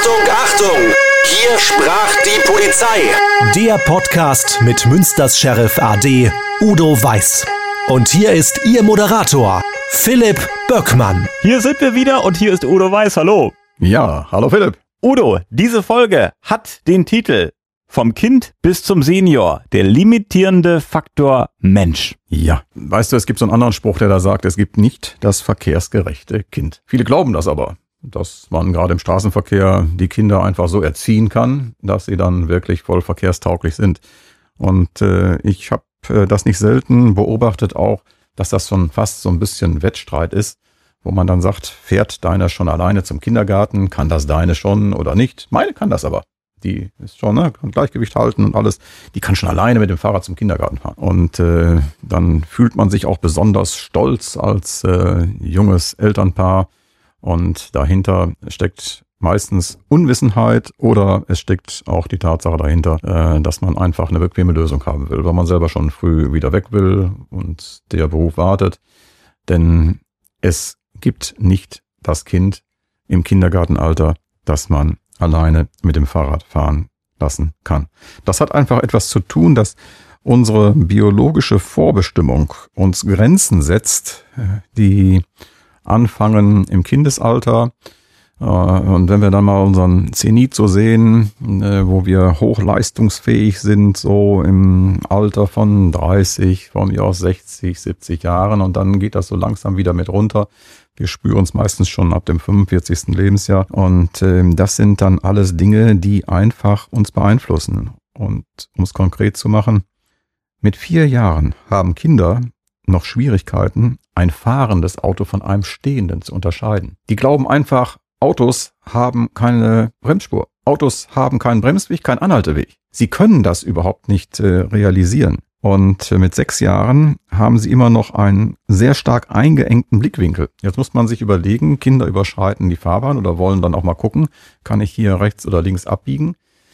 Achtung, Achtung! Hier sprach die Polizei. Der Podcast mit Münsters Sheriff AD Udo Weiß. Und hier ist Ihr Moderator, Philipp Böckmann. Hier sind wir wieder und hier ist Udo Weiß. Hallo. Ja, hallo Philipp. Udo, diese Folge hat den Titel Vom Kind bis zum Senior, der limitierende Faktor Mensch. Ja, weißt du, es gibt so einen anderen Spruch, der da sagt, es gibt nicht das verkehrsgerechte Kind. Viele glauben das aber, dass man gerade im Straßenverkehr die Kinder einfach so erziehen kann, dass sie dann wirklich voll verkehrstauglich sind. Und ich habe das nicht selten beobachtet auch, dass das schon fast so ein bisschen Wettstreit ist, wo man dann sagt, fährt deiner schon alleine zum Kindergarten, kann das deine schon oder nicht? Meine kann das aber. Die ist schon, kann Gleichgewicht halten und alles. Die kann schon alleine mit dem Fahrrad zum Kindergarten fahren. Und dann fühlt man sich auch besonders stolz als junges Elternpaar. Und dahinter steckt meistens Unwissenheit oder es steckt auch die Tatsache dahinter, dass man einfach eine bequeme Lösung haben will, weil man selber schon früh wieder weg will und der Beruf wartet. Denn es gibt nicht das Kind im Kindergartenalter, das man alleine mit dem Fahrrad fahren lassen kann. Das hat einfach etwas zu tun, dass unsere biologische Vorbestimmung uns Grenzen setzt, die anfangen im Kindesalter. Und wenn wir dann mal unseren Zenit so sehen, wo wir hochleistungsfähig sind, so im Alter von 30, von mir aus 60, 70 Jahren, und dann geht das so langsam wieder mit runter. Wir spüren uns meistens schon ab dem 45. Lebensjahr. Und das sind dann alles Dinge, die einfach uns beeinflussen. Und um es konkret zu machen, mit 4 Jahren haben Kinder noch Schwierigkeiten, ein fahrendes Auto von einem stehenden zu unterscheiden. Die glauben einfach, Autos haben keine Bremsspur. Autos haben keinen Bremsweg, keinen Anhalteweg. Sie können das überhaupt nicht realisieren. Und mit 6 Jahren haben sie immer noch einen sehr stark eingeengten Blickwinkel. Jetzt muss man sich überlegen, Kinder überschreiten die Fahrbahn oder wollen dann auch mal gucken, kann ich hier rechts oder links abbiegen?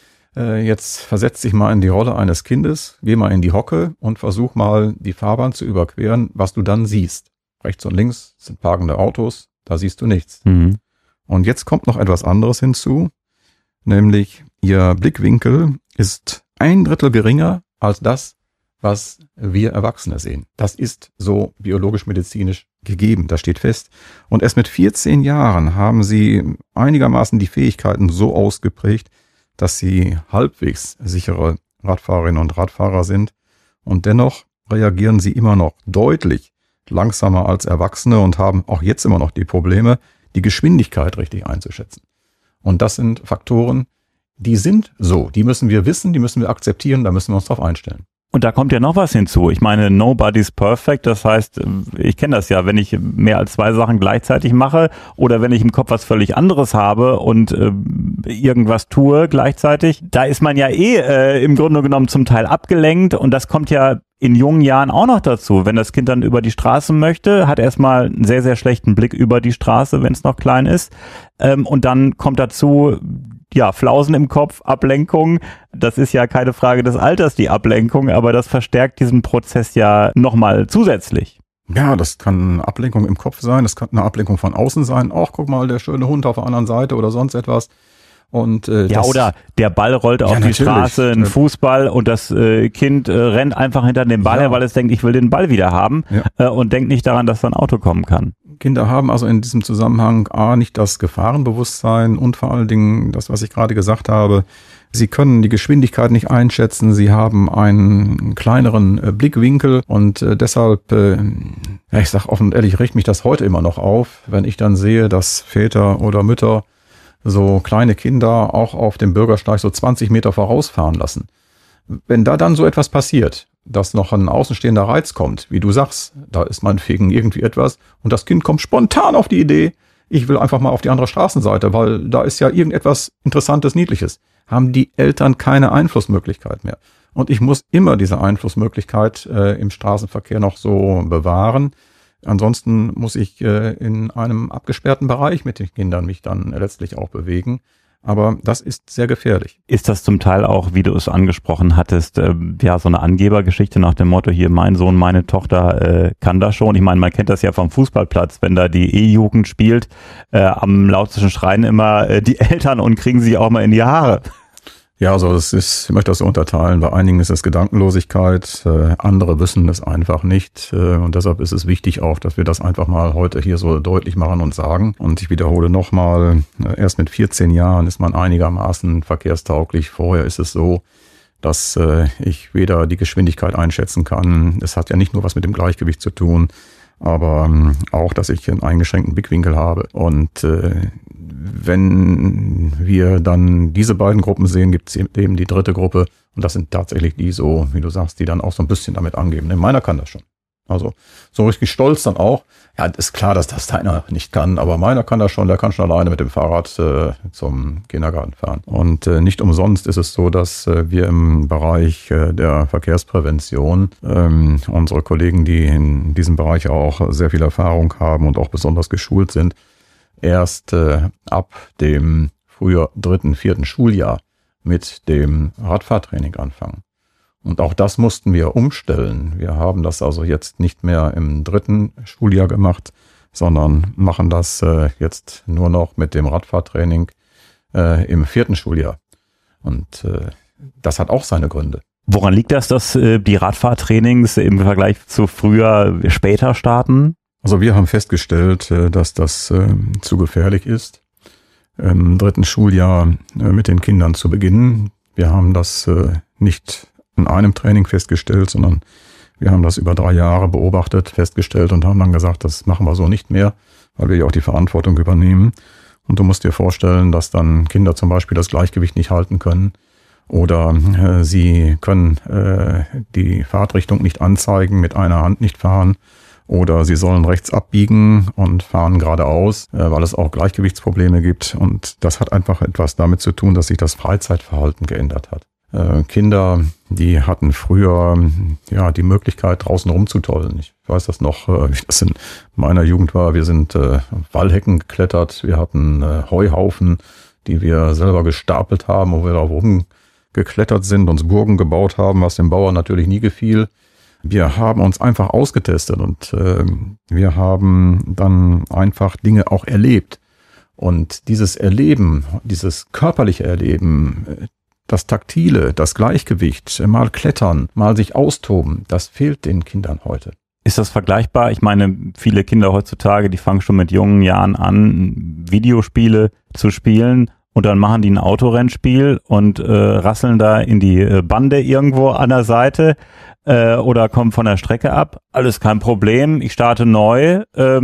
Jetzt versetz dich mal in die Rolle eines Kindes, geh mal in die Hocke und versuch mal die Fahrbahn zu überqueren, was du dann siehst. Rechts und links sind parkende Autos, da siehst du nichts. Mhm. Und jetzt kommt noch etwas anderes hinzu, nämlich ihr Blickwinkel ist 1/3 geringer als das, was wir Erwachsene sehen. Das ist so biologisch-medizinisch gegeben, das steht fest. Und erst mit 14 Jahren haben sie einigermaßen die Fähigkeiten so ausgeprägt, dass sie halbwegs sichere Radfahrerinnen und Radfahrer sind. Und dennoch reagieren sie immer noch deutlich langsamer als Erwachsene und haben auch jetzt immer noch die Probleme, die Geschwindigkeit richtig einzuschätzen. Und das sind Faktoren, die sind so. Die müssen wir wissen, die müssen wir akzeptieren, da müssen wir uns drauf einstellen. Und da kommt ja noch was hinzu. Ich meine, nobody's perfect. Das heißt, ich kenne das ja, wenn ich mehr als 2 Sachen gleichzeitig mache oder wenn ich im Kopf was völlig anderes habe und irgendwas tue gleichzeitig, da ist man ja im Grunde genommen zum Teil abgelenkt und das kommt ja in jungen Jahren auch noch dazu. Wenn das Kind dann über die Straße möchte, hat erstmal einen sehr, sehr schlechten Blick über die Straße, wenn es noch klein ist. Und dann kommt dazu, ja, Flausen im Kopf, Ablenkung. Das ist ja keine Frage des Alters, die Ablenkung, aber das verstärkt diesen Prozess ja nochmal zusätzlich. Ja, das kann eine Ablenkung im Kopf sein, das kann eine Ablenkung von außen sein. Ach, guck mal, der schöne Hund auf der anderen Seite oder sonst etwas. Und, oder der Ball rollt auf die Straße, ein Fußball und das Kind rennt einfach hinter dem Ball her, weil es denkt, ich will den Ball wieder haben und denkt nicht daran, dass da ein Auto kommen kann. Kinder haben also in diesem Zusammenhang nicht das Gefahrenbewusstsein und vor allen Dingen das, was ich gerade gesagt habe, sie können die Geschwindigkeit nicht einschätzen, sie haben einen kleineren Blickwinkel und deshalb, ich sag offen und ehrlich, regt mich das heute immer noch auf, wenn ich dann sehe, dass Väter oder Mütter so kleine Kinder auch auf dem Bürgersteig so 20 Meter vorausfahren lassen. Wenn da dann so etwas passiert, dass noch ein außenstehender Reiz kommt, wie du sagst, da ist meinetwegen irgendwie etwas und das Kind kommt spontan auf die Idee, ich will einfach mal auf die andere Straßenseite, weil da ist ja irgendetwas Interessantes, Niedliches, haben die Eltern keine Einflussmöglichkeit mehr. Und ich muss immer diese Einflussmöglichkeit im Straßenverkehr noch so bewahren. Ansonsten muss ich in einem abgesperrten Bereich mit den Kindern mich dann letztlich auch bewegen. Aber das ist sehr gefährlich. Ist das zum Teil auch, wie du es angesprochen hattest, ja, so eine Angebergeschichte nach dem Motto, hier mein Sohn, meine Tochter kann das schon. Ich meine, man kennt das ja vom Fußballplatz, wenn da die E-Jugend spielt, am lautesten schreien immer die Eltern und kriegen sich auch mal in die Haare. Ja, also ich möchte das so unterteilen. Bei einigen ist es Gedankenlosigkeit, andere wissen es einfach nicht. Und deshalb ist es wichtig auch, dass wir das einfach mal heute hier so deutlich machen und sagen. Und ich wiederhole nochmal, erst mit 14 Jahren ist man einigermaßen verkehrstauglich. Vorher ist es so, dass ich weder die Geschwindigkeit einschätzen kann. Es hat ja nicht nur was mit dem Gleichgewicht zu tun, aber auch, dass ich einen eingeschränkten Blickwinkel habe. Und wenn wir dann diese beiden Gruppen sehen, gibt es eben die dritte Gruppe. Und das sind tatsächlich die so, wie du sagst, die dann auch so ein bisschen damit angeben. Denn meiner kann das schon. Also so richtig stolz dann auch. Ja, ist klar, dass das deiner nicht kann, aber meiner kann das schon. Der kann schon alleine mit dem Fahrrad zum Kindergarten fahren. Und nicht umsonst ist es so, dass wir im Bereich der Verkehrsprävention unsere Kollegen, die in diesem Bereich auch sehr viel Erfahrung haben und auch besonders geschult sind, erst ab dem früher 3., 4. Schuljahr mit dem Radfahrtraining anfangen. Und auch das mussten wir umstellen. Wir haben das also jetzt nicht mehr im 3. Schuljahr gemacht, sondern machen das jetzt nur noch mit dem Radfahrtraining im 4. Schuljahr. Und das hat auch seine Gründe. Woran liegt das, dass die Radfahrtrainings im Vergleich zu früher später starten? Also wir haben festgestellt, dass das zu gefährlich ist, im 3. Schuljahr mit den Kindern zu beginnen. Wir haben das nicht in einem Training festgestellt, sondern wir haben das über 3 Jahre beobachtet, festgestellt und haben dann gesagt, das machen wir so nicht mehr, weil wir ja auch die Verantwortung übernehmen. Und du musst dir vorstellen, dass dann Kinder zum Beispiel das Gleichgewicht nicht halten können oder sie können die Fahrtrichtung nicht anzeigen, mit einer Hand nicht fahren. Oder sie sollen rechts abbiegen und fahren geradeaus, weil es auch Gleichgewichtsprobleme gibt. Und das hat einfach etwas damit zu tun, dass sich das Freizeitverhalten geändert hat. Kinder, die hatten früher ja die Möglichkeit, draußen rumzutollen. Ich weiß das noch, wie das in meiner Jugend war. Wir sind Wallhecken geklettert, wir hatten Heuhaufen, die wir selber gestapelt haben, wo wir da rumgeklettert sind, uns Burgen gebaut haben, was dem Bauern natürlich nie gefiel. Wir haben uns einfach ausgetestet und wir haben dann einfach Dinge auch erlebt. Und dieses Erleben, dieses körperliche Erleben, das Taktile, das Gleichgewicht, mal klettern, mal sich austoben, das fehlt den Kindern heute. Ist das vergleichbar? Ich meine, viele Kinder heutzutage, die fangen schon mit jungen Jahren an, Videospiele zu spielen. Und dann machen die ein Autorennspiel und rasseln da in die Bande irgendwo an der Seite oder kommen von der Strecke ab. Alles kein Problem, ich starte neu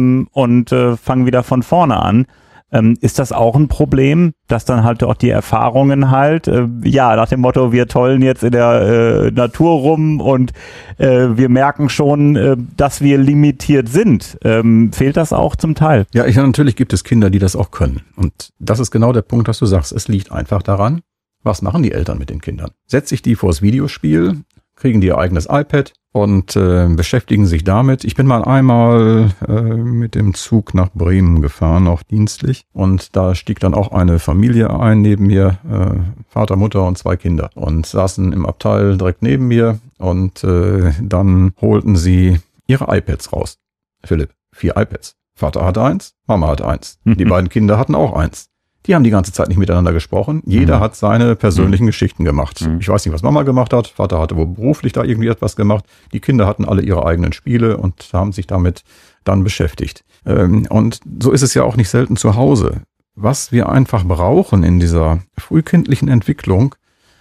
und fange wieder von vorne an. Ist das auch ein Problem, dass dann halt auch die Erfahrungen halt, ja, nach dem Motto, wir tollen jetzt in der Natur rum und wir merken schon, dass wir limitiert sind. Fehlt das auch zum Teil? Ja, natürlich gibt es Kinder, die das auch können. Und das ist genau der Punkt, was du sagst. Es liegt einfach daran, was machen die Eltern mit den Kindern? Setze ich die vors Videospiel, kriegen die ihr eigenes iPad und beschäftigen sich damit. Ich bin mal einmal mit dem Zug nach Bremen gefahren, auch dienstlich. Und da stieg dann auch eine Familie ein neben mir, Vater, Mutter und 2 Kinder. Und saßen im Abteil direkt neben mir. Und dann holten sie ihre iPads raus. Philipp, 4 iPads. Vater hatte 1, Mama hatte 1. Die beiden Kinder hatten auch 1. Die haben die ganze Zeit nicht miteinander gesprochen. Jeder hat seine persönlichen Geschichten gemacht. Ich weiß nicht, was Mama gemacht hat. Vater hatte wohl beruflich da irgendwie etwas gemacht. Die Kinder hatten alle ihre eigenen Spiele und haben sich damit dann beschäftigt. Und so ist es ja auch nicht selten zu Hause. Was wir einfach brauchen in dieser frühkindlichen Entwicklung,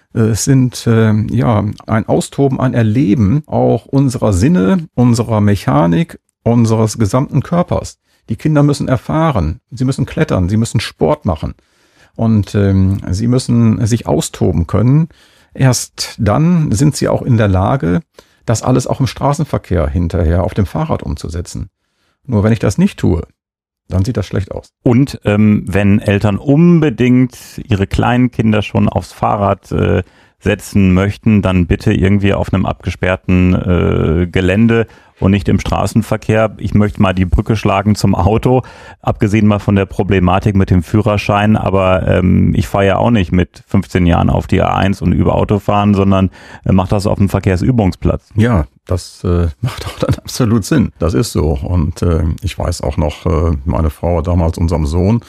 sind ja ein Austoben, ein Erleben auch unserer Sinne, unserer Mechanik, unseres gesamten Körpers. Die Kinder müssen erfahren, sie müssen klettern, sie müssen Sport machen und sie müssen sich austoben können. Erst dann sind sie auch in der Lage, das alles auch im Straßenverkehr hinterher auf dem Fahrrad umzusetzen. Nur wenn ich das nicht tue, dann sieht das schlecht aus. Und wenn Eltern unbedingt ihre kleinen Kinder schon aufs Fahrrad setzen möchten, dann bitte irgendwie auf einem abgesperrten Gelände und nicht im Straßenverkehr. Ich möchte mal die Brücke schlagen zum Auto, abgesehen mal von der Problematik mit dem Führerschein, aber ich fahre ja auch nicht mit 15 Jahren auf die A1 und über Autofahren, sondern mache das auf dem Verkehrsübungsplatz. Ja, das macht auch dann absolut Sinn. Das ist so. Und ich weiß auch noch, meine Frau hat damals unserem Sohn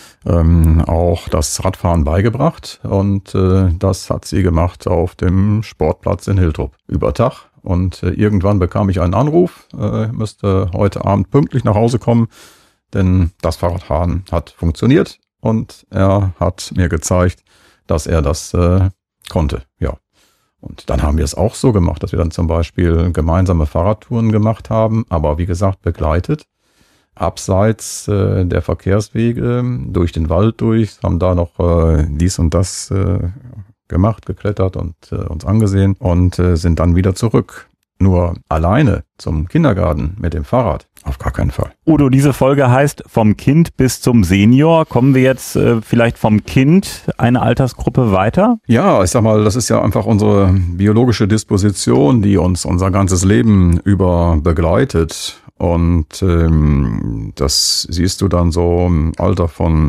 auch das Radfahren beigebracht und das hat sie gemacht auf dem Sportplatz in Hiltrup über Tag. Und irgendwann bekam ich einen Anruf, müsste heute Abend pünktlich nach Hause kommen, denn das Fahrradfahren hat funktioniert und er hat mir gezeigt, dass er das konnte. Ja. Und dann haben wir es auch so gemacht, dass wir dann zum Beispiel gemeinsame Fahrradtouren gemacht haben, aber wie gesagt begleitet, abseits der Verkehrswege, durch den Wald durch, haben da noch dies und das gemacht, geklettert und uns angesehen und sind dann wieder zurück. Nur alleine zum Kindergarten mit dem Fahrrad, auf gar keinen Fall. Udo, diese Folge heißt vom Kind bis zum Senior. Kommen wir jetzt vielleicht vom Kind eine Altersgruppe weiter? Ja, ich sag mal, das ist ja einfach unsere biologische Disposition, die uns unser ganzes Leben über begleitet. Und das siehst du dann so im Alter von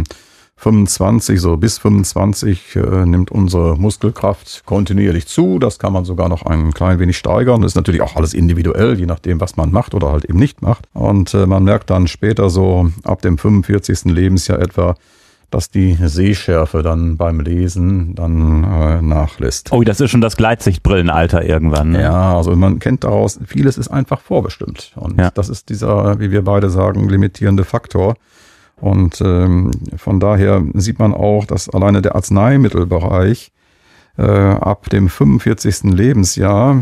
25, so bis 25 nimmt unsere Muskelkraft kontinuierlich zu. Das kann man sogar noch ein klein wenig steigern. Das ist natürlich auch alles individuell, je nachdem, was man macht oder halt eben nicht macht. Und man merkt dann später so ab dem 45. Lebensjahr etwa, dass die Sehschärfe dann beim Lesen dann nachlässt. Oh, das ist schon das Gleitsichtbrillenalter irgendwann, ne? Ja, also man kennt daraus, vieles ist einfach vorbestimmt. Und das ist dieser, wie wir beide sagen, limitierende Faktor. Und von daher sieht man auch, dass alleine der Arzneimittelbereich ab dem 45. Lebensjahr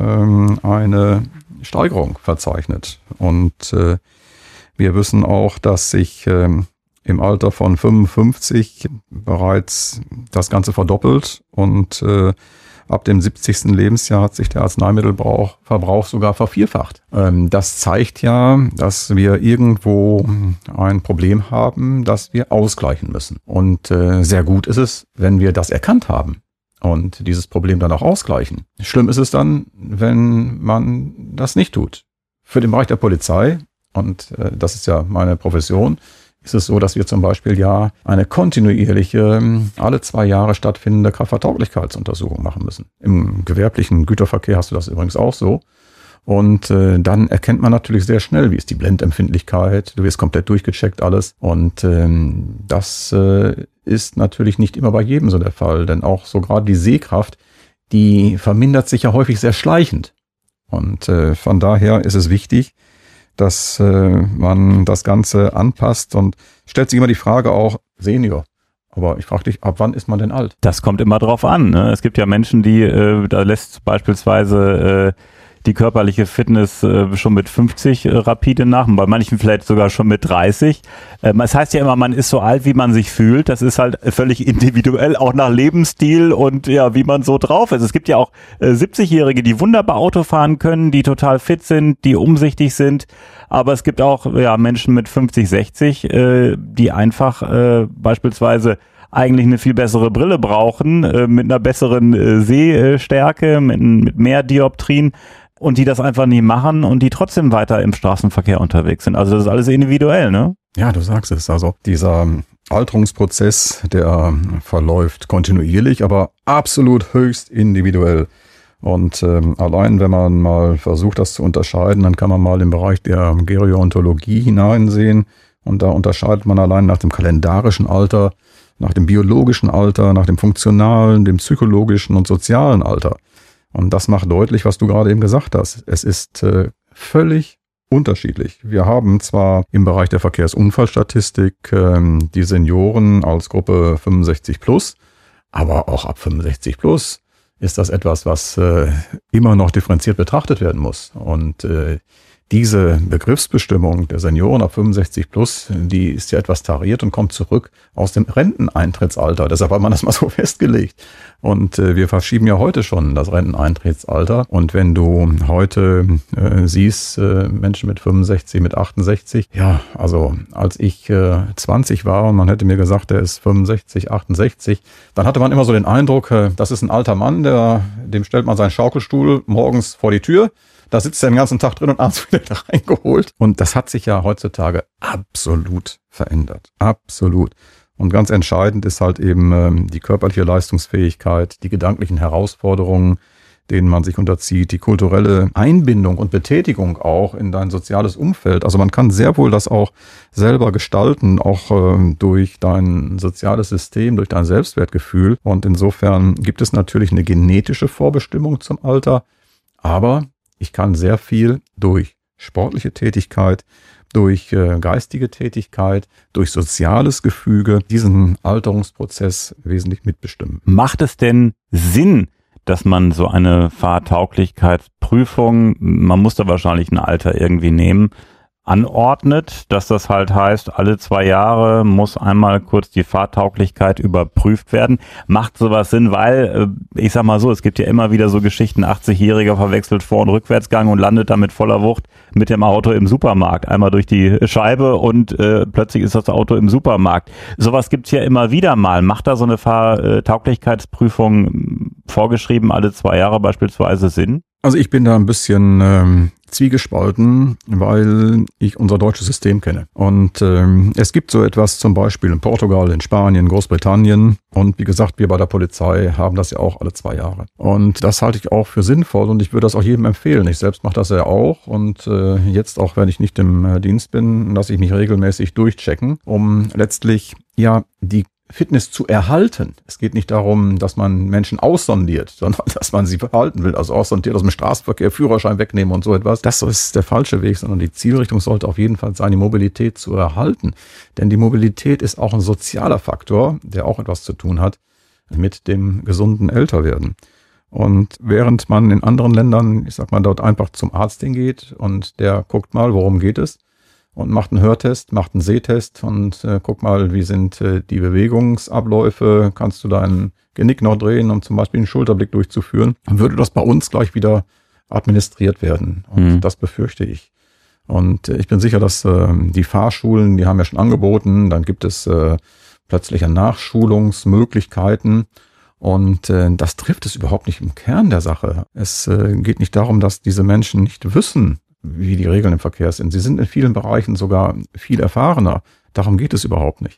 eine Steigerung verzeichnet. Und wir wissen auch, dass sich im Alter von 55 bereits das Ganze verdoppelt und ab dem 70. Lebensjahr hat sich der Arzneimittelverbrauch sogar vervierfacht. Das zeigt ja, dass wir irgendwo ein Problem haben, das wir ausgleichen müssen. Und sehr gut ist es, wenn wir das erkannt haben und dieses Problem dann auch ausgleichen. Schlimm ist es dann, wenn man das nicht tut. Für den Bereich der Polizei, und das ist ja meine Profession, ist es so, dass wir zum Beispiel ja eine kontinuierliche, alle 2 Jahre stattfindende Kraftfahrtauglichkeitsuntersuchung machen müssen. Im gewerblichen Güterverkehr hast du das übrigens auch so. Und dann erkennt man natürlich sehr schnell, wie ist die Blendempfindlichkeit, du wirst komplett durchgecheckt alles. Und das ist natürlich nicht immer bei jedem so der Fall, denn auch so gerade die Sehkraft, die vermindert sich ja häufig sehr schleichend. Und von daher ist es wichtig, dass man das Ganze anpasst und stellt sich immer die Frage auch, Senior. Aber ich frage dich, ab wann ist man denn alt? Das kommt immer drauf an, ne? Es gibt ja Menschen, die, da lässt beispielsweise die körperliche Fitness schon mit 50 rapide nach, bei manchen vielleicht sogar schon mit 30. Es heißt ja immer, man ist so alt, wie man sich fühlt. Das ist halt völlig individuell, auch nach Lebensstil und ja, wie man so drauf ist. Es gibt ja auch 70-Jährige, die wunderbar Auto fahren können, die total fit sind, die umsichtig sind. Aber es gibt auch Menschen mit 50, 60, die einfach beispielsweise eigentlich eine viel bessere Brille brauchen, mit einer besseren Sehstärke, mit mehr Dioptrien. Und die das einfach nicht machen und die trotzdem weiter im Straßenverkehr unterwegs sind. Also das ist alles individuell, ne? Ja, du sagst es. Also dieser Alterungsprozess, der verläuft kontinuierlich, aber absolut höchst individuell. Und allein, wenn man mal versucht, das zu unterscheiden, dann kann man mal im Bereich der Gerontologie hineinsehen. Und da unterscheidet man allein nach dem kalendarischen Alter, nach dem biologischen Alter, nach dem funktionalen, dem psychologischen und sozialen Alter. Und das macht deutlich, was du gerade eben gesagt hast. Es ist völlig unterschiedlich. Wir haben zwar im Bereich der Verkehrsunfallstatistik die Senioren als Gruppe 65 plus, aber auch ab 65 plus ist das etwas, was immer noch differenziert betrachtet werden muss. Und diese Begriffsbestimmung der Senioren ab 65 plus, die ist ja etwas tariert und kommt zurück aus dem Renteneintrittsalter. Deshalb hat man das mal so festgelegt. Und wir verschieben ja heute schon das Renteneintrittsalter. Und wenn du heute siehst, Menschen mit 65, mit 68, ja, also als ich 20 war und man hätte mir gesagt, der ist 65, 68, dann hatte man immer so den Eindruck, das ist ein alter Mann, dem stellt man seinen Schaukelstuhl morgens vor die Tür. Da sitzt er den ganzen Tag drin und abends wieder reingeholt. Und das hat sich ja heutzutage absolut verändert. Absolut. Und ganz entscheidend ist halt eben die körperliche Leistungsfähigkeit, die gedanklichen Herausforderungen, denen man sich unterzieht, die kulturelle Einbindung und Betätigung auch in dein soziales Umfeld. Also man kann sehr wohl das auch selber gestalten, auch durch dein soziales System, durch dein Selbstwertgefühl. Und insofern gibt es natürlich eine genetische Vorbestimmung zum Alter, aber ich kann sehr viel durch sportliche Tätigkeit, durch geistige Tätigkeit, durch soziales Gefüge diesen Alterungsprozess wesentlich mitbestimmen. Macht es denn Sinn, dass man so eine Fahrtauglichkeitsprüfung, man muss da wahrscheinlich ein Alter irgendwie nehmen, anordnet, dass das halt heißt, alle 2 Jahre muss einmal kurz die Fahrtauglichkeit überprüft werden. Macht sowas Sinn, weil, ich sag mal so, es gibt ja immer wieder so Geschichten, 80-Jähriger verwechselt Vor- und Rückwärtsgang und landet dann mit voller Wucht mit dem Auto im Supermarkt. Einmal durch die Scheibe und plötzlich ist das Auto im Supermarkt. Sowas gibt's ja immer wieder mal. Macht da so eine Fahrtauglichkeitsprüfung vorgeschrieben alle 2 Jahre beispielsweise Sinn? Also ich bin da ein bisschen zwiegespalten, weil ich unser deutsches System kenne. Und es gibt so etwas zum Beispiel in Portugal, in Spanien, Großbritannien. Und wie gesagt, wir bei der Polizei haben das ja auch alle 2 Jahre. Und das halte ich auch für sinnvoll und ich würde das auch jedem empfehlen. Ich selbst mache das ja auch. Und jetzt auch, wenn ich nicht im Dienst bin, lasse ich mich regelmäßig durchchecken, um letztlich ja die Fitness zu erhalten. Es geht nicht darum, dass man Menschen aussondiert, sondern dass man sie behalten will. Also aussondiert aus dem Straßenverkehr, Führerschein wegnehmen und so etwas. Das ist der falsche Weg, sondern die Zielrichtung sollte auf jeden Fall sein, die Mobilität zu erhalten. Denn die Mobilität ist auch ein sozialer Faktor, der auch etwas zu tun hat mit dem gesunden Älterwerden. Und während man in anderen Ländern, ich sag mal, dort einfach zum Arzt hingeht und der guckt mal, worum geht es, und macht einen Hörtest, macht einen Sehtest und guck mal, wie sind die Bewegungsabläufe, kannst du deinen Genick noch drehen, um zum Beispiel einen Schulterblick durchzuführen, dann würde das bei uns gleich wieder administriert werden. Und das befürchte ich. Und ich bin sicher, dass die Fahrschulen, die haben ja schon angeboten, dann gibt es plötzliche Nachschulungsmöglichkeiten. Und das trifft es überhaupt nicht im Kern der Sache. Es geht nicht darum, dass diese Menschen nicht wissen, wie die Regeln im Verkehr sind. Sie sind in vielen Bereichen sogar viel erfahrener. Darum geht es überhaupt nicht.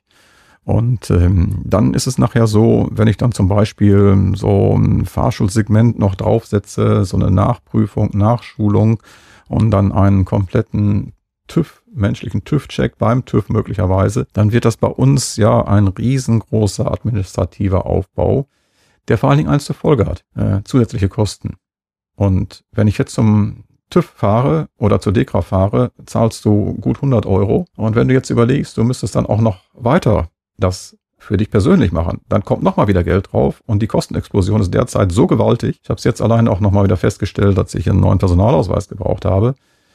Und dann ist es nachher so, wenn ich dann zum Beispiel so ein Fahrschulsegment noch draufsetze, so eine Nachprüfung, Nachschulung und dann einen kompletten menschlichen TÜV-Check beim TÜV möglicherweise, dann wird das bei uns ja ein riesengroßer administrativer Aufbau, der vor allen Dingen eins zur Folge hat, zusätzliche Kosten. Und wenn ich jetzt zum TÜV fahre oder zur DEKRA fahre, zahlst du gut 100 €. Und wenn du jetzt überlegst, du müsstest dann auch noch weiter das für dich persönlich machen, dann kommt nochmal wieder Geld drauf und die Kostenexplosion ist derzeit so gewaltig. Ich habe es jetzt allein auch nochmal wieder festgestellt, dass ich einen neuen Personalausweis gebraucht habe.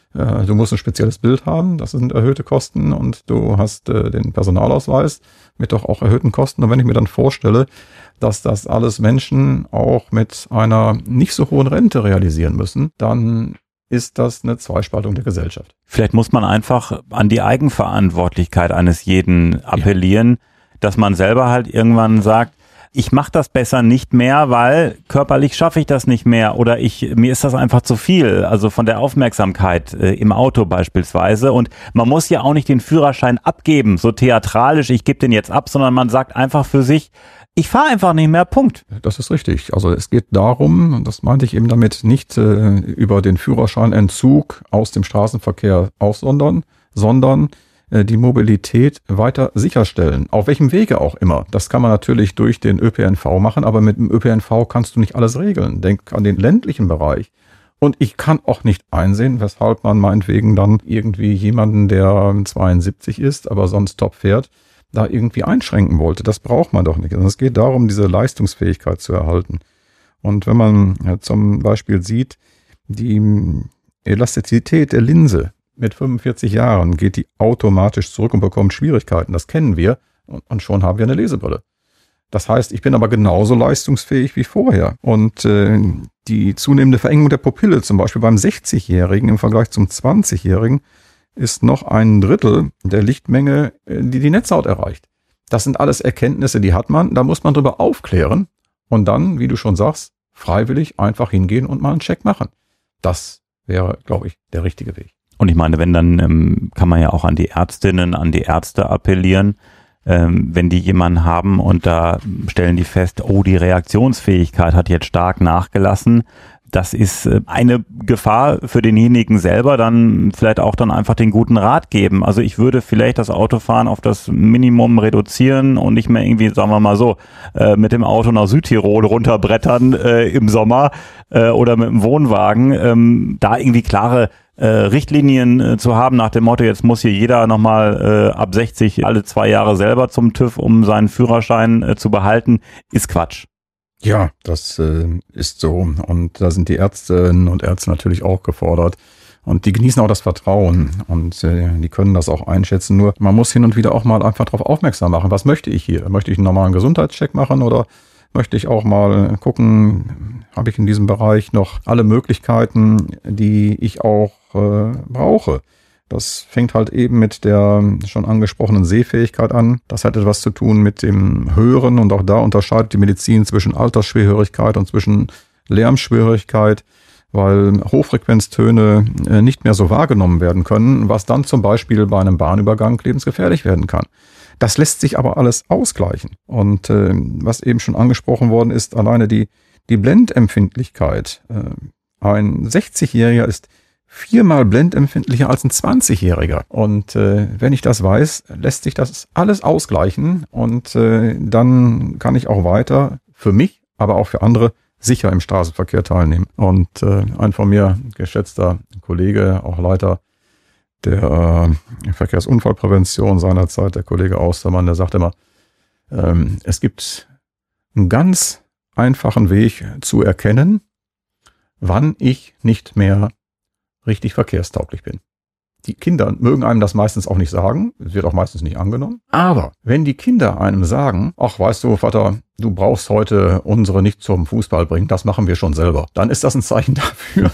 Du musst ein spezielles Bild haben, das sind erhöhte Kosten und du hast den Personalausweis mit doch auch erhöhten Kosten. Und wenn ich mir dann vorstelle, dass das alles Menschen auch mit einer nicht so hohen Rente realisieren müssen, dann ist das eine Zweispaltung der Gesellschaft. Vielleicht muss man einfach an die Eigenverantwortlichkeit eines jeden appellieren, dass man selber halt irgendwann sagt, ich mache das besser nicht mehr, weil körperlich schaffe ich das nicht mehr oder mir ist das einfach zu viel, also von der Aufmerksamkeit im Auto beispielsweise. Und man muss ja auch nicht den Führerschein abgeben, so theatralisch, ich gebe den jetzt ab, sondern man sagt einfach für sich, ich fahre einfach nicht mehr, Punkt. Das ist richtig. Also es geht darum, und das meinte ich eben damit, nicht über den Führerscheinentzug aus dem Straßenverkehr aussondern, sondern die Mobilität weiter sicherstellen. Auf welchem Wege auch immer. Das kann man natürlich durch den ÖPNV machen, aber mit dem ÖPNV kannst du nicht alles regeln. Denk an den ländlichen Bereich. Und ich kann auch nicht einsehen, weshalb man meinetwegen dann irgendwie jemanden, der 72 ist, aber sonst top fährt, da irgendwie einschränken wollte. Das braucht man doch nicht. Also es geht darum, diese Leistungsfähigkeit zu erhalten. Und wenn man zum Beispiel sieht, die Elastizität der Linse mit 45 Jahren geht die automatisch zurück und bekommt Schwierigkeiten. Das kennen wir und schon haben wir eine Lesebrille. Das heißt, ich bin aber genauso leistungsfähig wie vorher. Und die zunehmende Verengung der Pupille, zum Beispiel beim 60-Jährigen im Vergleich zum 20-Jährigen, ist noch 1/3 der Lichtmenge, die Netzhaut erreicht. Das sind alles Erkenntnisse, die hat man. Da muss man drüber aufklären und dann, wie du schon sagst, freiwillig einfach hingehen und mal einen Check machen. Das wäre, glaube ich, der richtige Weg. Und ich meine, wenn dann kann man ja auch an die Ärztinnen, an die Ärzte appellieren, wenn die jemanden haben und da stellen die fest, oh, die Reaktionsfähigkeit hat jetzt stark nachgelassen. Das ist eine Gefahr für denjenigen selber, dann vielleicht auch dann einfach den guten Rat geben. Also ich würde vielleicht das Autofahren auf das Minimum reduzieren und nicht mehr irgendwie, sagen wir mal so, mit dem Auto nach Südtirol runterbrettern im Sommer oder mit dem Wohnwagen. Da irgendwie klare Richtlinien zu haben nach dem Motto, jetzt muss hier jeder nochmal ab 60 alle 2 Jahre selber zum TÜV, um seinen Führerschein zu behalten, ist Quatsch. Ja, das ist so. Und da sind die Ärztinnen und Ärzte natürlich auch gefordert. Und die genießen auch das Vertrauen und die können das auch einschätzen. Nur man muss hin und wieder auch mal einfach darauf aufmerksam machen. Was möchte ich hier? Möchte ich einen normalen Gesundheitscheck machen oder möchte ich auch mal gucken, habe ich in diesem Bereich noch alle Möglichkeiten, die ich auch brauche? Das fängt halt eben mit der schon angesprochenen Sehfähigkeit an. Das hat etwas zu tun mit dem Hören und auch da unterscheidet die Medizin zwischen Altersschwerhörigkeit und zwischen Lärmschwierigkeit, weil Hochfrequenztöne nicht mehr so wahrgenommen werden können, was dann zum Beispiel bei einem Bahnübergang lebensgefährlich werden kann. Das lässt sich aber alles ausgleichen. Und was eben schon angesprochen worden ist, alleine die Blendempfindlichkeit. Ein 60-Jähriger ist 4-mal blendempfindlicher als ein 20-Jähriger. Und wenn ich das weiß, lässt sich das alles ausgleichen und dann kann ich auch weiter für mich, aber auch für andere sicher im Straßenverkehr teilnehmen. Und ein von mir geschätzter Kollege, auch Leiter der Verkehrsunfallprävention seinerzeit, der Kollege Austermann, der sagte immer, es gibt einen ganz einfachen Weg zu erkennen, wann ich nicht mehr richtig verkehrstauglich bin. Die Kinder mögen einem das meistens auch nicht sagen, es wird auch meistens nicht angenommen. Aber wenn die Kinder einem sagen, ach weißt du, Vater, du brauchst heute unsere nicht zum Fußball bringen, das machen wir schon selber, dann ist das ein Zeichen dafür,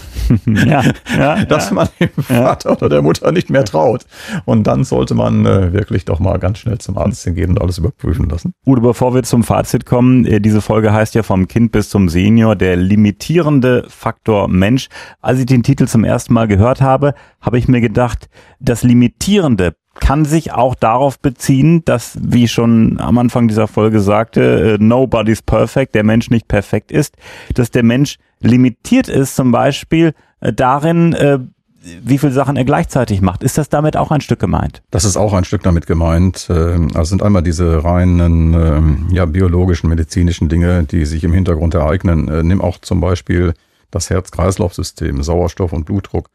dass man dem Vater oder der Mutter nicht mehr traut. Und dann sollte man wirklich doch mal ganz schnell zum Arzt hingehen und alles überprüfen lassen. Udo, bevor wir zum Fazit kommen, diese Folge heißt ja vom Kind bis zum Senior, der limitierende Faktor Mensch. Als ich den Titel zum ersten Mal gehört habe, habe ich mir gedacht, das Limitierende kann sich auch darauf beziehen, dass, wie ich schon am Anfang dieser Folge sagte, nobody's perfect, der Mensch nicht perfekt ist, dass der Mensch limitiert ist, zum Beispiel darin, wie viele Sachen er gleichzeitig macht. Ist das damit auch ein Stück gemeint? Das ist auch ein Stück damit gemeint. Also sind einmal diese reinen biologischen, medizinischen Dinge, die sich im Hintergrund ereignen. Nimm auch zum Beispiel das Herz-Kreislauf-System, Sauerstoff und Blutdruck.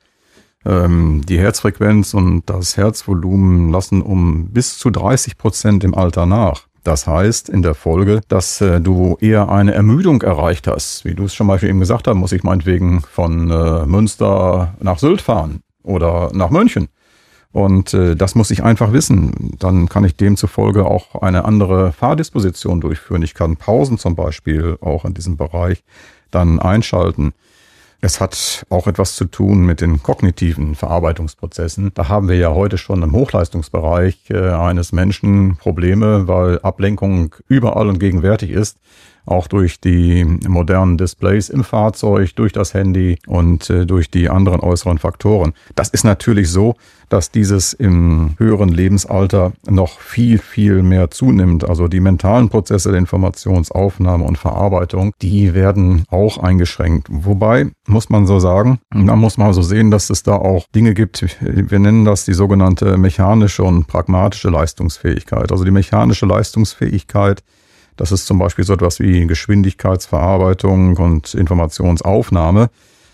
Die Herzfrequenz und das Herzvolumen lassen um bis zu 30% im Alter nach. Das heißt in der Folge, dass du eher eine Ermüdung erreicht hast. Wie du es schon mal eben gesagt hast, muss ich meinetwegen von Münster nach Sylt fahren oder nach München. Und das muss ich einfach wissen. Dann kann ich demzufolge auch eine andere Fahrdisposition durchführen. Ich kann Pausen zum Beispiel auch in diesem Bereich dann einschalten. Es hat auch etwas zu tun mit den kognitiven Verarbeitungsprozessen. Da haben wir ja heute schon im Hochleistungsbereich eines Menschen Probleme, weil Ablenkung überall und gegenwärtig ist. Auch durch die modernen Displays im Fahrzeug, durch das Handy und durch die anderen äußeren Faktoren. Das ist natürlich so, dass dieses im höheren Lebensalter noch viel, viel mehr zunimmt. Also die mentalen Prozesse der Informationsaufnahme und Verarbeitung, die werden auch eingeschränkt. Wobei, muss man so sagen, da muss man so sehen, dass es da auch Dinge gibt, wir nennen das die sogenannte mechanische und pragmatische Leistungsfähigkeit. Also die mechanische Leistungsfähigkeit, das ist zum Beispiel so etwas wie Geschwindigkeitsverarbeitung und Informationsaufnahme.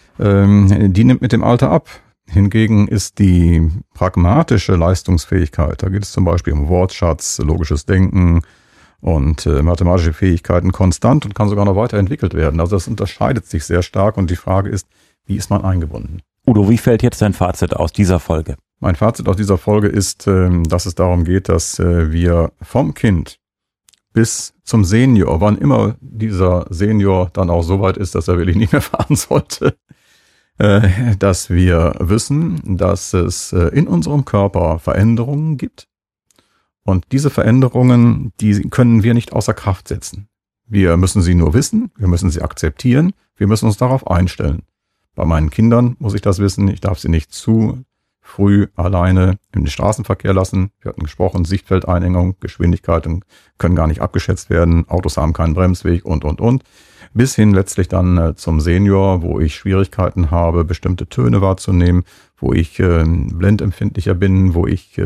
Die nimmt mit dem Alter ab. Hingegen ist die pragmatische Leistungsfähigkeit, da geht es zum Beispiel um Wortschatz, logisches Denken und mathematische Fähigkeiten konstant und kann sogar noch weiterentwickelt werden. Also das unterscheidet sich sehr stark und die Frage ist, wie ist man eingebunden? Udo, wie fällt jetzt dein Fazit aus dieser Folge? Mein Fazit aus dieser Folge ist, dass es darum geht, dass wir vom Kind bis zum Senior, wann immer dieser Senior dann auch so weit ist, dass er wirklich nicht mehr fahren sollte, dass wir wissen, dass es in unserem Körper Veränderungen gibt. Und diese Veränderungen, die können wir nicht außer Kraft setzen. Wir müssen sie nur wissen, wir müssen sie akzeptieren, wir müssen uns darauf einstellen. Bei meinen Kindern muss ich das wissen. Ich darf sie nicht zu früh alleine im Straßenverkehr lassen. Wir hatten gesprochen, Sichtfeldeinengung, Geschwindigkeiten können gar nicht abgeschätzt werden. Autos haben keinen Bremsweg und. Bis hin letztlich dann zum Senior, wo ich Schwierigkeiten habe, bestimmte Töne wahrzunehmen, wo ich blendempfindlicher bin, wo ich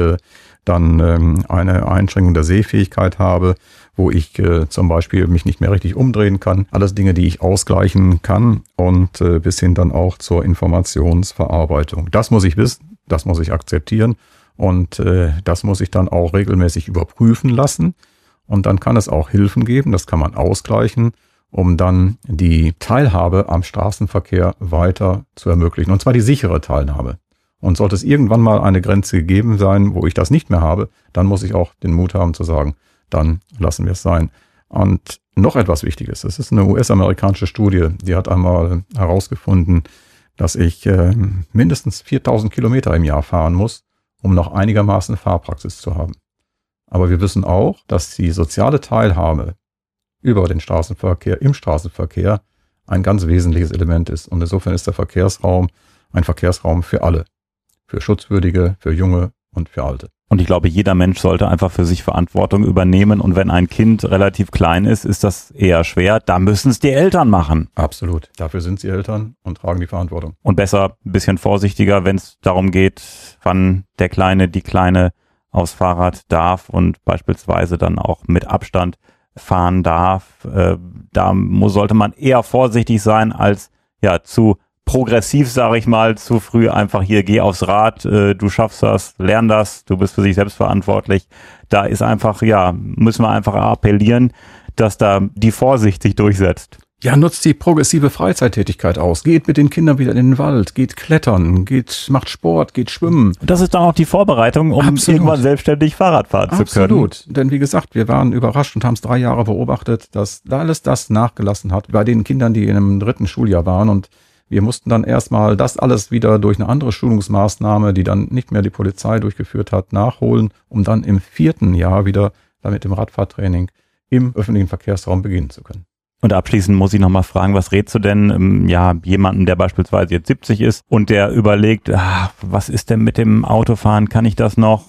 dann eine Einschränkung der Sehfähigkeit habe, wo ich zum Beispiel mich nicht mehr richtig umdrehen kann. Alles Dinge, die ich ausgleichen kann und bis hin dann auch zur Informationsverarbeitung. Das muss ich wissen. Das muss ich akzeptieren und das muss ich dann auch regelmäßig überprüfen lassen. Und dann kann es auch Hilfen geben, das kann man ausgleichen, um dann die Teilhabe am Straßenverkehr weiter zu ermöglichen. Und zwar die sichere Teilhabe. Und sollte es irgendwann mal eine Grenze gegeben sein, wo ich das nicht mehr habe, dann muss ich auch den Mut haben zu sagen, dann lassen wir es sein. Und noch etwas Wichtiges, das ist eine US-amerikanische Studie, die hat einmal herausgefunden, dass ich mindestens 4000 Kilometer im Jahr fahren muss, um noch einigermaßen Fahrpraxis zu haben. Aber wir wissen auch, dass die soziale Teilhabe über den Straßenverkehr, im Straßenverkehr, ein ganz wesentliches Element ist. Und insofern ist der Verkehrsraum ein Verkehrsraum für alle. Für Schutzwürdige, für Junge und für Alte. Und ich glaube, jeder Mensch sollte einfach für sich Verantwortung übernehmen. Und wenn ein Kind relativ klein ist, ist das eher schwer. Da müssen es die Eltern machen. Absolut. Dafür sind sie Eltern und tragen die Verantwortung. Und besser ein bisschen vorsichtiger, wenn es darum geht, wann der Kleine, die Kleine aufs Fahrrad darf und beispielsweise dann auch mit Abstand fahren darf. Da sollte man eher vorsichtig sein als zu progressiv, sage ich mal, zu früh einfach hier, geh aufs Rad, du schaffst das, lern das, du bist für dich selbst verantwortlich. Da ist einfach, müssen wir einfach appellieren, dass da die Vorsicht sich durchsetzt. Ja, nutzt die progressive Freizeittätigkeit aus. Geht mit den Kindern wieder in den Wald, geht klettern, macht Sport, geht schwimmen. Das ist dann auch die Vorbereitung, um irgendwann selbstständig Fahrrad fahren zu können. Absolut. Denn wie gesagt, wir waren überrascht und haben es 3 Jahre beobachtet, dass da alles das nachgelassen hat bei den Kindern, die in einem 3. Schuljahr waren. Und wir mussten dann erstmal das alles wieder durch eine andere Schulungsmaßnahme, die dann nicht mehr die Polizei durchgeführt hat, nachholen, um dann im 4. Jahr wieder mit dem Radfahrtraining im öffentlichen Verkehrsraum beginnen zu können. Und abschließend muss ich nochmal fragen, was rätst du denn jemanden, der beispielsweise jetzt 70 ist und der überlegt, was ist denn mit dem Autofahren, kann ich das noch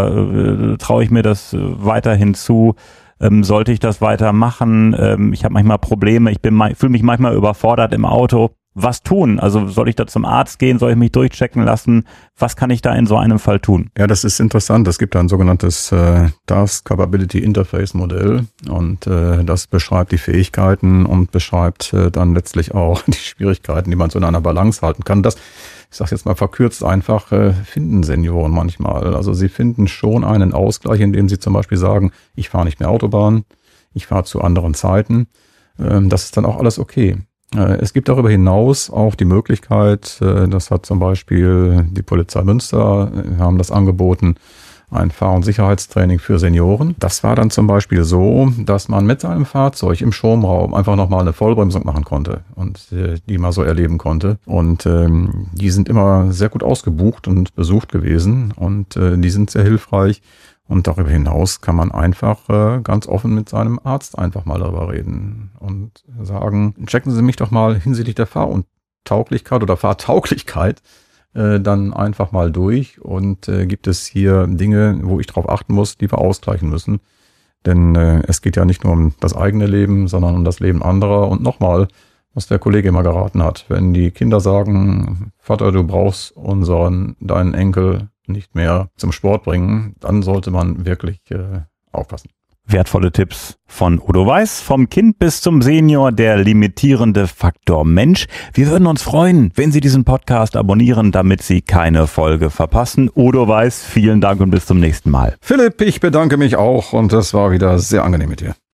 oder traue ich mir das weiterhin zu? Sollte ich das weitermachen? Ich habe manchmal Probleme, fühle mich manchmal überfordert im Auto. Was tun? Also soll ich da zum Arzt gehen? Soll ich mich durchchecken lassen? Was kann ich da in so einem Fall tun? Ja, das ist interessant. Es gibt ein sogenanntes Task Capability Interface Modell und das beschreibt die Fähigkeiten und beschreibt dann letztlich auch die Schwierigkeiten, die man so in einer Balance halten kann. Das, ich sage jetzt mal verkürzt einfach, finden Senioren manchmal. Also sie finden schon einen Ausgleich, indem sie zum Beispiel sagen, ich fahre nicht mehr Autobahn, ich fahre zu anderen Zeiten. Das ist dann auch alles okay. Es gibt darüber hinaus auch die Möglichkeit, das hat zum Beispiel die Polizei Münster, haben das angeboten, ein Fahr- und Sicherheitstraining für Senioren. Das war dann zum Beispiel so, dass man mit seinem Fahrzeug im Schonraum einfach nochmal eine Vollbremsung machen konnte und die mal so erleben konnte. Und die sind immer sehr gut ausgebucht und besucht gewesen und die sind sehr hilfreich. Und darüber hinaus kann man einfach ganz offen mit seinem Arzt einfach mal darüber reden und sagen, checken Sie mich doch mal hinsichtlich der Fahruntauglichkeit oder Fahrtauglichkeit dann einfach mal durch und gibt es hier Dinge, wo ich drauf achten muss, die wir ausgleichen müssen. Denn es geht ja nicht nur um das eigene Leben, sondern um das Leben anderer. Und nochmal, was der Kollege immer geraten hat, wenn die Kinder sagen, Vater, du brauchst deinen Enkel nicht mehr zum Sport bringen, dann sollte man wirklich aufpassen. Wertvolle Tipps von Udo Weiß, vom Kind bis zum Senior, der limitierende Faktor Mensch. Wir würden uns freuen, wenn Sie diesen Podcast abonnieren, damit Sie keine Folge verpassen. Udo Weiß, vielen Dank und bis zum nächsten Mal. Philipp, ich bedanke mich auch und das war wieder sehr angenehm mit dir.